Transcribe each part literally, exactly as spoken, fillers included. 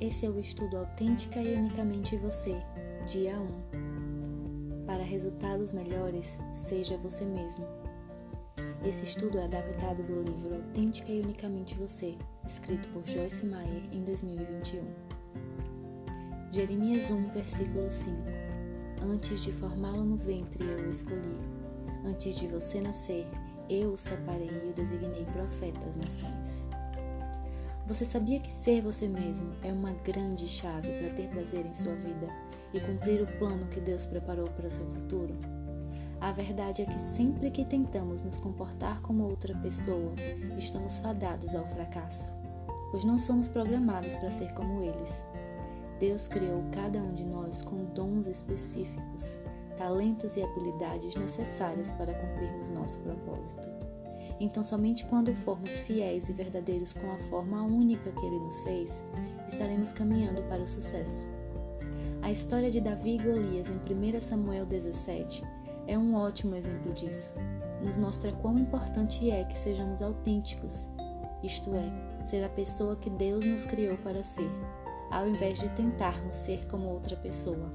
Esse é o estudo Autêntica e Unicamente Você, dia um. Para resultados melhores, seja você mesmo. Esse estudo é adaptado do livro Autêntica e Unicamente Você, escrito por Joyce Meyer em dois mil e vinte e um. Jeremias um, versículo cinco. Antes de formá-lo no ventre eu o escolhi. Antes de você nascer, eu o separei e o designei profeta às nações. Você sabia que ser você mesmo é uma grande chave para ter prazer em sua vida e cumprir o plano que Deus preparou para seu futuro? A verdade é que sempre que tentamos nos comportar como outra pessoa, estamos fadados ao fracasso, pois não somos programados para ser como eles. Deus criou cada um de nós com dons específicos, talentos e habilidades necessárias para cumprirmos nosso propósito. Então, somente quando formos fiéis e verdadeiros com a forma única que Ele nos fez, estaremos caminhando para o sucesso. A história de Davi e Golias em primeiro Samuel dezessete é um ótimo exemplo disso. Nos mostra quão importante é que sejamos autênticos, isto é, ser a pessoa que Deus nos criou para ser, ao invés de tentarmos ser como outra pessoa.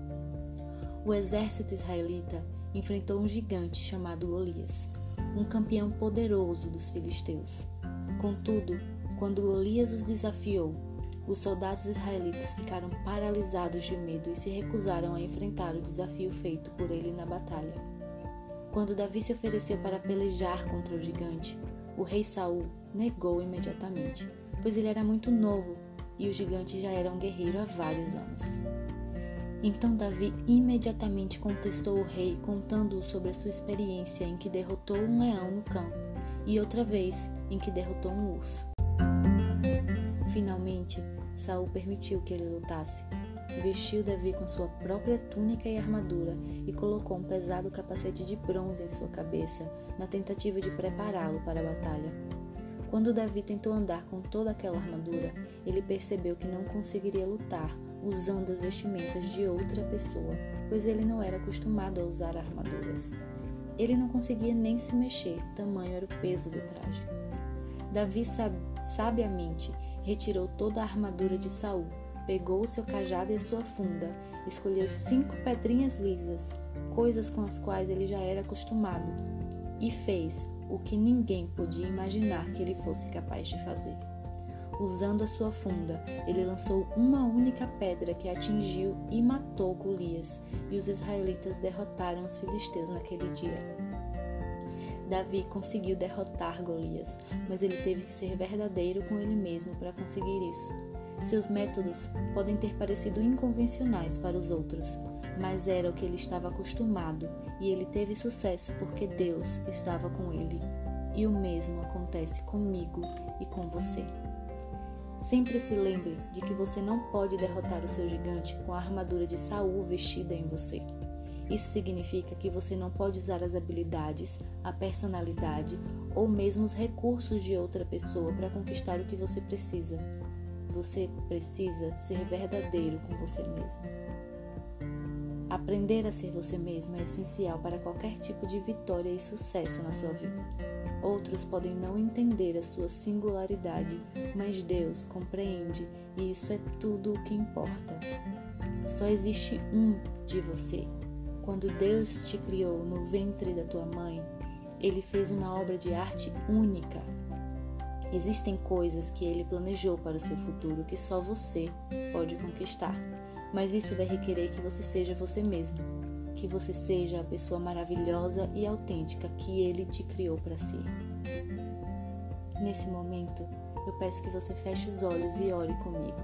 O exército israelita enfrentou um gigante chamado Golias, um campeão poderoso dos filisteus. Contudo, quando Golias os desafiou, os soldados israelitas ficaram paralisados de medo e se recusaram a enfrentar o desafio feito por ele na batalha. Quando Davi se ofereceu para pelejar contra o gigante, o rei Saul negou imediatamente, pois ele era muito novo e o gigante já era um guerreiro há vários anos. Então Davi imediatamente contestou o rei, contando sobre a sua experiência em que derrotou um leão no campo e outra vez em que derrotou um urso. Finalmente, Saul permitiu que ele lutasse. Vestiu Davi com sua própria túnica e armadura e colocou um pesado capacete de bronze em sua cabeça, na tentativa de prepará-lo para a batalha. Quando Davi tentou andar com toda aquela armadura, ele percebeu que não conseguiria lutar usando as vestimentas de outra pessoa, pois ele não era acostumado a usar armaduras. Ele não conseguia nem se mexer, tamanho era o peso do traje. Davi sab- sabiamente retirou toda a armadura de Saul, pegou o seu cajado e a sua funda, escolheu cinco pedrinhas lisas, coisas com as quais ele já era acostumado, e fez o que ninguém podia imaginar que ele fosse capaz de fazer. Usando a sua funda, ele lançou uma única pedra que atingiu e matou Golias, e os israelitas derrotaram os filisteus naquele dia. Davi conseguiu derrotar Golias, mas ele teve que ser verdadeiro com ele mesmo para conseguir isso. Seus métodos podem ter parecido inconvencionais para os outros, mas era o que ele estava acostumado, e ele teve sucesso porque Deus estava com ele. E o mesmo acontece comigo e com você. Sempre se lembre de que você não pode derrotar o seu gigante com a armadura de Saul vestida em você. Isso significa que você não pode usar as habilidades, a personalidade ou mesmo os recursos de outra pessoa para conquistar o que você precisa. Você precisa ser verdadeiro com você mesmo. Aprender a ser você mesmo é essencial para qualquer tipo de vitória e sucesso na sua vida. Outros podem não entender a sua singularidade, mas Deus compreende e isso é tudo o que importa. Só existe um de você. Quando Deus te criou no ventre da tua mãe, Ele fez uma obra de arte única. Existem coisas que Ele planejou para o seu futuro que só você pode conquistar, mas isso vai requerer que você seja você mesmo, que você seja a pessoa maravilhosa e autêntica que Ele te criou para ser. Nesse momento, eu peço que você feche os olhos e ore comigo.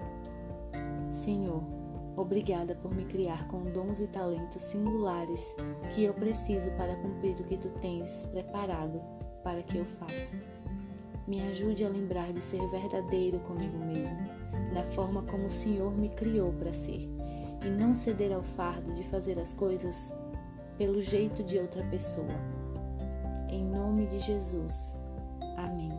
Senhor, obrigada por me criar com dons e talentos singulares que eu preciso para cumprir o que Tu tens preparado para que eu faça. Me ajude a lembrar de ser verdadeiro comigo mesmo, da forma como o Senhor me criou para ser, e não ceder ao fardo de fazer as coisas pelo jeito de outra pessoa. Em nome de Jesus. Amém.